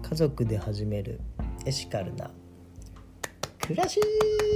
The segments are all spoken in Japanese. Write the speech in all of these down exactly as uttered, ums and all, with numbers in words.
家族で始めるエシカルな暮らし。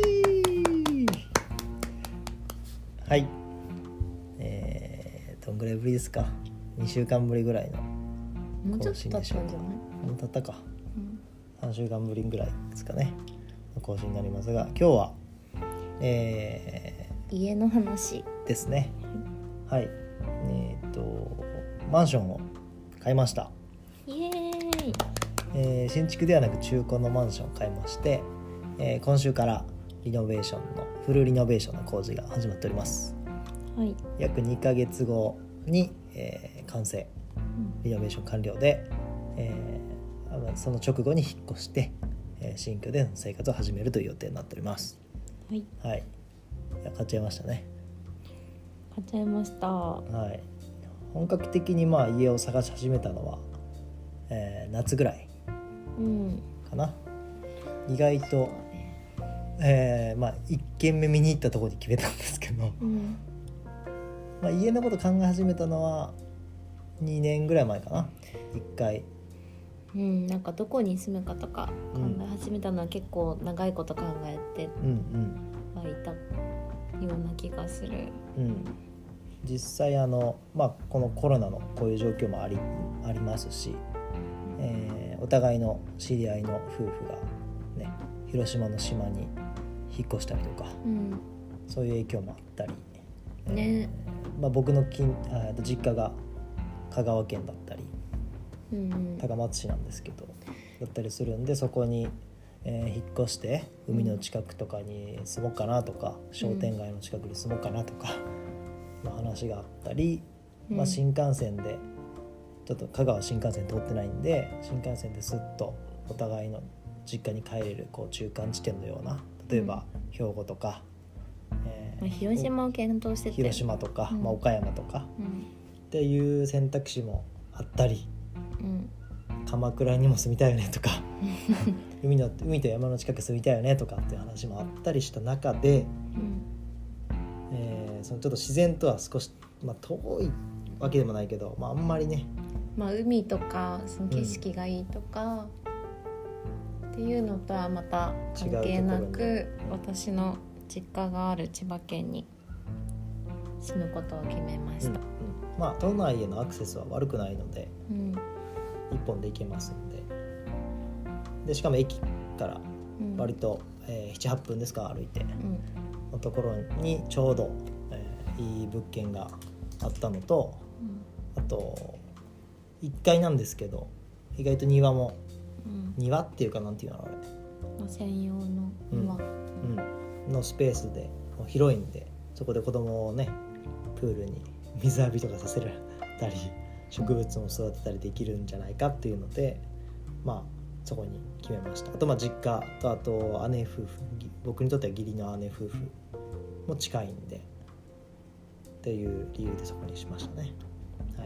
はい、えー、どんぐらいぶりですか？にしゅうかんぶりぐらいの更新でしょうか。もう経ったか、うん、さんしゅうかんぶりぐらいですかねの更新になりますが、今日は、えー、家の話ですね。はい、えー、とマンションを買いました。 イエーイ、 えー、新築ではなく中古のマンションを買いまして、えー、今週からリノベーションのフルリノベーションの工事が始まっております。 はい、 約にかげつごに、えー、完成、リノベーション完了で、えー、その直後に引っ越して、えー、新居での生活を始めるという予定になっております。 はい、 はい、いや買っちゃいましたね。 買っちゃいました。 はい、本格的にまあ家を探し始めたのは、えー、夏ぐらいかな、うん、意外と、えーまあ、いっけんめ見に行ったところに決めたんですけど、うんまあ、家のこと考え始めたのはにねんぐらい前かな。いっかい、 うん、なんかどこに住むかとか考え始めたのは結構長いこと考えてはいたような気がする、 うんうん、実際あの、まあ、このコロナのこういう状況もあり、ありますし、えー、お互いの知り合いの夫婦が、ね、広島の島に引っ越したりとか、うん、そういう影響もあったり、 ね、 えーまあ、僕の近あ実家が香川県だったり、うん、高松市なんですけどだったりするんで、そこに、えー、引っ越して海の近くとかに住もうかなとか、うん、商店街の近くに住もうかなとかの話があったり、うんまあ、新幹線でちょっと香川新幹線通ってないんで、新幹線ですっとお互いの実家に帰れるこう中間地点のような、例えば兵庫とか、 えーまあ、広島を検討してて、 広島とか、うんまあ、岡山とか、うん、っていう選択肢もあったり、うん、鎌倉にも住みたいよねとか海の、海と山の近く住みたいよねとかっていう話もあったりした中で、うんえー、そのちょっと自然とは少し、まあ、遠いわけでもないけど、まあ、あんまりね、 まあ、海とかその景色がいいとか、うん、っていうのとはまた関係なく、私の実家がある千葉県に住むことを決めました。うんうん、 まあ都内へのアクセスは悪くないので、うん、一本で行けますので、でしかも駅から割と、うんえー、ななはっぷんですか、歩いて、うん、のところにちょうど、えー、いい物件があったのと、うん、あといっかいなんですけど意外と庭も、うん、庭っていうかなんていうのあれ、 専用の庭、うんうん、のスペースで広いんで、そこで子供をねプールに水浴びとかさせたり植物も育てたりできるんじゃないかっていうので、まあそこに決めました。あとまあ実家と、あと姉夫婦、僕にとっては義理の姉夫婦も近いんでっていう理由でそこにしましたね。はい。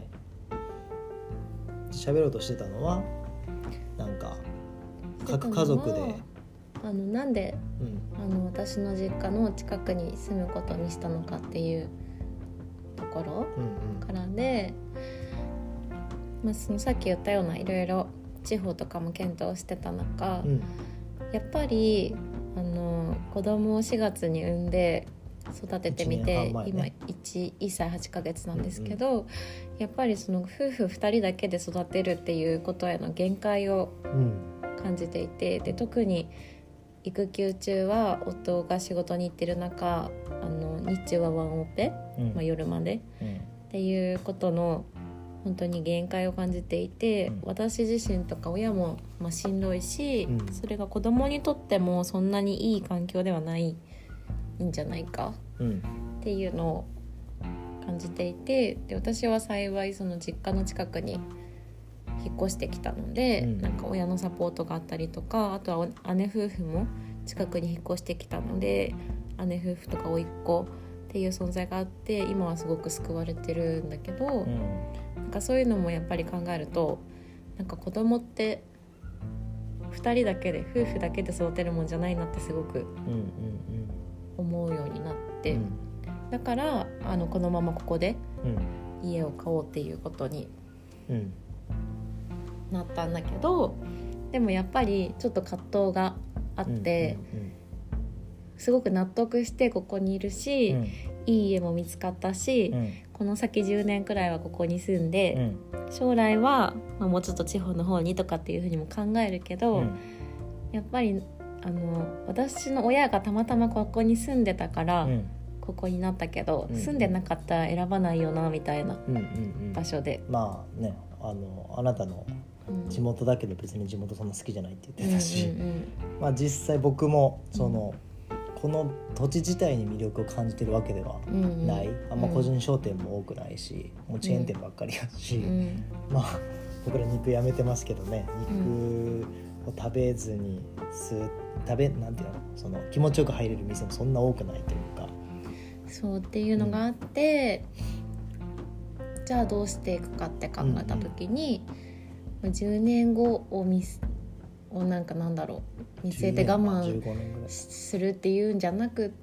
喋ろうとしてたのはなんか各家族であのなんで、うん、あの私の実家の近くに住むことにしたのかっていうところからで、うんうんまあ、そのさっき言ったようないろいろ地方とかも検討してた中、うん、やっぱりあの子供をしがつに産んで育ててみて、ね、今 1, いっさいはちかげつなんですけど、うんうん、やっぱりその夫婦ふたりだけで育てるっていうことへの限界を感じていて、で特に育休中は夫が仕事に行ってる中、あの日中はワンオペ、うんまあ、夜まで、うん、っていうことの本当に限界を感じていて、うん、私自身とか親もまあしんどいし、うん、それが子供にとってもそんなにいい環境ではないんじゃないかっていうのを感じていて、で私は幸いその実家の近くに引っ越してきたので、うん、なんか親のサポートがあったりとか、あとは姉夫婦も近くに引っ越してきたので、姉夫婦とか甥っ子っていう存在があって、今はすごく救われてるんだけど、うん、なんかそういうのもやっぱり考えると、なんか子供ってふたりだけで夫婦だけで育てるもんじゃないなってすごく思うようになって、うんうんうん、だからあのこのままここで家を買おうっていうことに、うんなったんだけど、 でもやっぱりちょっと葛藤があって、うんうんうん、すごく納得してここにいるし、うん、いい家も見つかったし、うん、この先じゅうねんくらいはここに住んで、うん、将来は、まあ、もうちょっと地方の方にとかっていうふうにも考えるけど、うん、やっぱりあの私の親がたまたまここに住んでたから、うん、ここになったけど、うんうん、住んでなかったら選ばないよなみたいな場所で、 うんうんうん、まあね、あのあなたの地元だけど別に地元そんな好きじゃないって言ってたし、うんうんうん、まあ、実際僕もその、うん、この土地自体に魅力を感じてるわけではない、うんうん、あんま個人商店も多くないし、もうチェーン店ばっかりやし、うん、まあ僕ら肉やめてますけどね、肉を食べずにす食べなんていうの、その気持ちよく入れる店もそんな多くないというか、 そうっていうのがあって、うん、じゃあどうしていくかって考えた時に、うんうん、じゅうねんごを見をなんかなんだろう見据えて我慢するっていうんじゃなくって、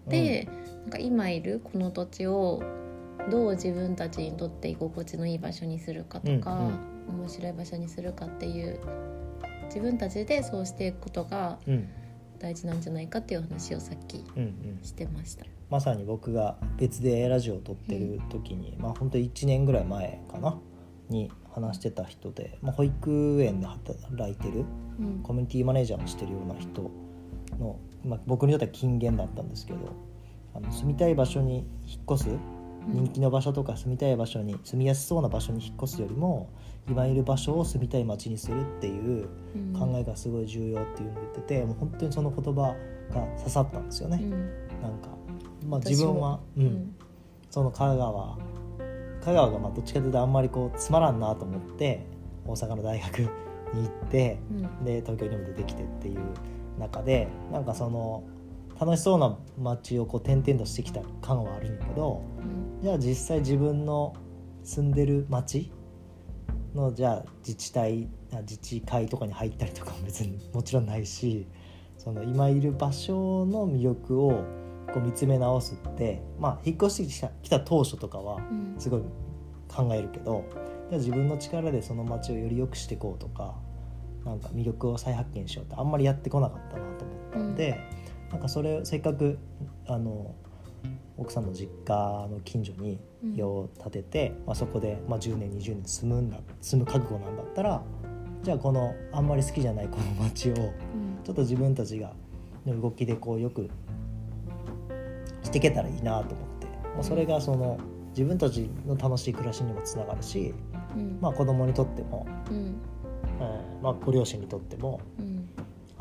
うん、なんか今いるこの土地をどう自分たちにとって居心地のいい場所にするかとか、うんうん、面白い場所にするかっていう、自分たちでそうしていくことが大事なんじゃないかっていう話をさっきしてました、うんうん、 まさに僕が別でラジオを撮ってる時に、うん、まあ本当いちねんぐらい前かなに話してた人で、まあ、保育園で働いてる、うん、コミュニティマネージャーをしてるような人の、まあ、僕にとっては金言だったんですけど、あの住みたい場所に引っ越す、人気の場所とか住みたい場所に住みやすそうな場所に引っ越すよりも今いる場所を住みたい街にするっていう考えがすごい重要っていうのを言ってて、もう本当にその言葉が刺さったんですよね、うん、なんか、まあ、自分は、うんうん、その香川香川がまあどっちかというとあんまりこうつまらんなと思って大阪の大学に行って、うん、で東京にも出てきてっていう中で、なんかその楽しそうな街をこう転々としてきた感はあるんだけど、うん、じゃあ実際自分の住んでる街のじゃあ自治体自治会とかに入ったりとかも別にもちろんないし、その今いる場所の魅力をこう見つめ直すって、まあ引っ越してきた、来た当初とかはすごい考えるけど、うん、じゃあ自分の力でその街をより良くしていこうとか、なんか魅力を再発見しようってあんまりやってこなかったなと思ったんで、うん、なんかそれせっかくあの奥さんの実家の近所に家を建てて、うん、まあ、そこで、まあ、じゅうねんにじゅうねん住むんだ住む覚悟なんだったら、じゃあこのあんまり好きじゃないこの街をちょっと自分たちが動きでこうよくしていけたらいいなと思って、まあ、それがその自分たちの楽しい暮らしにもつながるし、うん、まあ、子供にとっても、うん、えーまあ、ご両親にとっても、うん、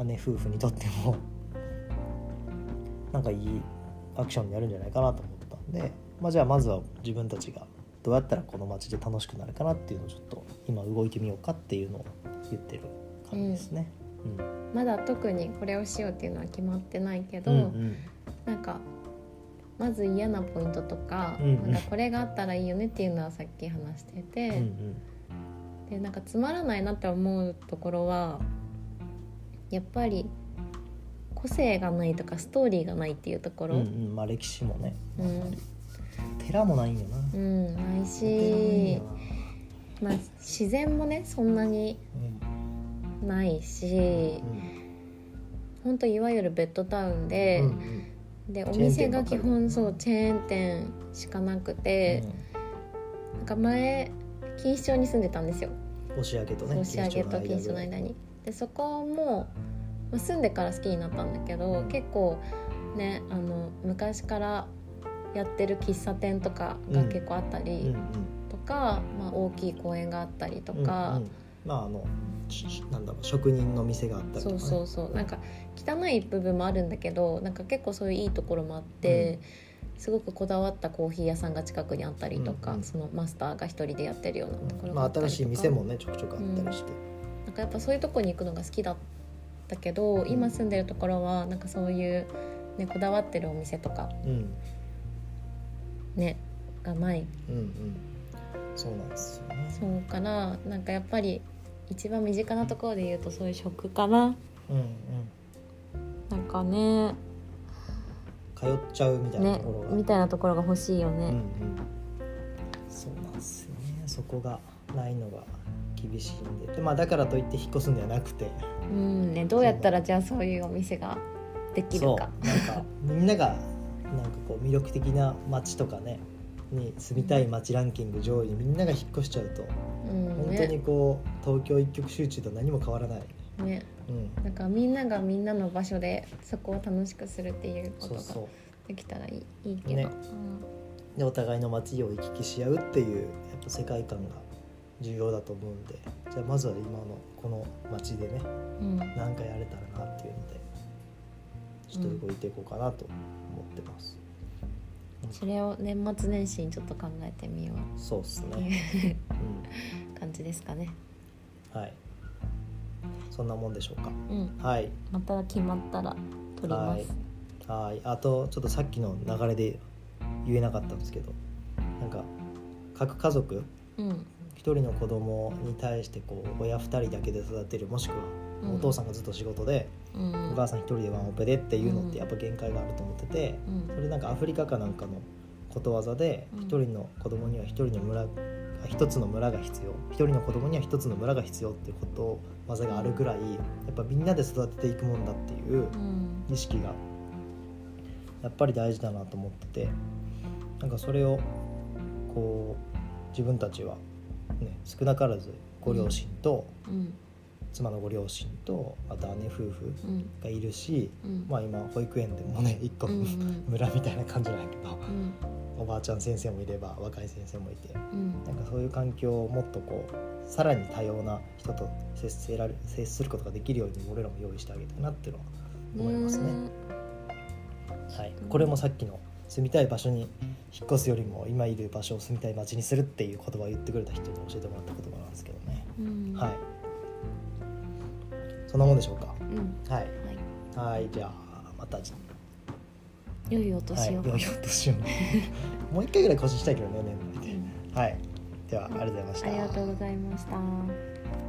姉夫婦にとってもなんかいいアクションになるんじゃないかなと思ったんで、まあ、じゃあまずは自分たちがどうやったらこの街で楽しくなるかなっていうのをちょっと今動いてみようかっていうのを言ってる感じですね、 うんうん、まだ特にこれをしようっていうのは決まってないけど、うんうん、なんかまず嫌なポイントとか、うんうん、なんかこれがあったらいいよねっていうのはさっき話してて、うんうん、でなんかつまらないなって思うところはやっぱり個性がないとかストーリーがないっていうところ、うんうん、 まあ、歴史もね、うん、寺もないんよな、 うん、ないし、まあ、自然もねそんなにないし、うん、ほんといわゆるベッドタウンで、うんうん、でお店が基本そうチェーン店しかなくて、うん、なんか前錦糸町に住んでたんですよ。 押上とね、 押上と錦糸町の間に。でそこも住んでから好きになったんだけど、うん、結構ねあの昔からやってる喫茶店とかが結構あったり、うんうんうん、とか、まあ、大きい公園があったりとか、うんうん、 まああのなんだろう職人の店があったりとか、ね、 そうそうそう、なんか汚い部分もあるんだけどなんか結構そういういいところもあって、うん、すごくこだわったコーヒー屋さんが近くにあったりとか、うんうん、そのマスターが一人でやってるようなところがあったりとか、うん、まあ、新しい店もねちょくちょくあったりして、 うん、なんかやっぱそういうとこに行くのが好きだったけど、今住んでるところはなんかそういう、ね、こだわってるお店とか、うんね、がない、 うんうん、そうなんですよね。 そうからなんかやっぱり一番身近なところで言うとそういう食かな、うんうん、なんかね通っちゃうみたいなところが、 ね、みたいなところが欲しいよね、うんうん、 そうなんですよね。そこがないのが厳しいんで、で、まあ、だからといって引っ越すんではなくて、 うんね、どうやったらじゃあそういうお店ができるか。 そうなんかみんながなんかこう魅力的な街とかねに住みたい街ランキング上位にみんなが引っ越しちゃうと、うんね、本当にこう東京一極集中と何も変わらないね、うん、なんかみんながみんなの場所でそこを楽しくするっていうことができたらいい、そうそういいけど、ね、 うん、でお互いの街を行き来し合うっていうやっぱ世界観が重要だと思うんで、じゃあまずは今のこの街でね、うん、何かやれたらなっていうのでちょっと動いていこうかなと思ってます、 うん、それを年末年始にちょっと考えてみよう。 そうっすね、 うん、感じですかね。 はい、そんなもんでしょうか、 うん、 はい、 また決まったら撮ります。 はい、はい、あとちょっとさっきの流れで言えなかったんですけど、なんか各家族、うん、ひとりの子供に対してこう親ふたりだけで育てる、もしくはお父さんがずっと仕事で、うん、お母さんひとりでワンオペでっていうのってやっぱ限界があると思ってて、うん、それなんかアフリカかなんかのことわざで、ひとりの子供にはひとりの村一つの村が必要、一人の子供には一つの村が必要っていうことわざがあるぐらい、やっぱみんなで育てていくもんだっていう意識がやっぱり大事だなと思ってて、なんかそれをこう自分たちはね、少なからずご両親と、うん、妻のご両親とあと姉夫婦がいるし、うん、まあ今保育園でもね一個、うんうん、村みたいな感じなんやけど、うん、おばあちゃん先生もいれば若い先生もいて、うん、なんかそういう環境をもっとこうさらに多様な人と接せられ接することができるように俺らも用意してあげたいなっていうのは思いますね。はい、これもさっきの住みたい場所に引っ越すよりも今いる場所を住みたい街にするっていう言葉を言ってくれた人に教えてもらった言葉なんですけどね、うん、はい、そんなもんでしょうか、うん、はい、はい、はい、じゃあまた良いお年を、 はい、良いお年をもう一回ぐらい更新したいけどね年内で、うん、はい、ではありがとうございました。 ありがとうございました。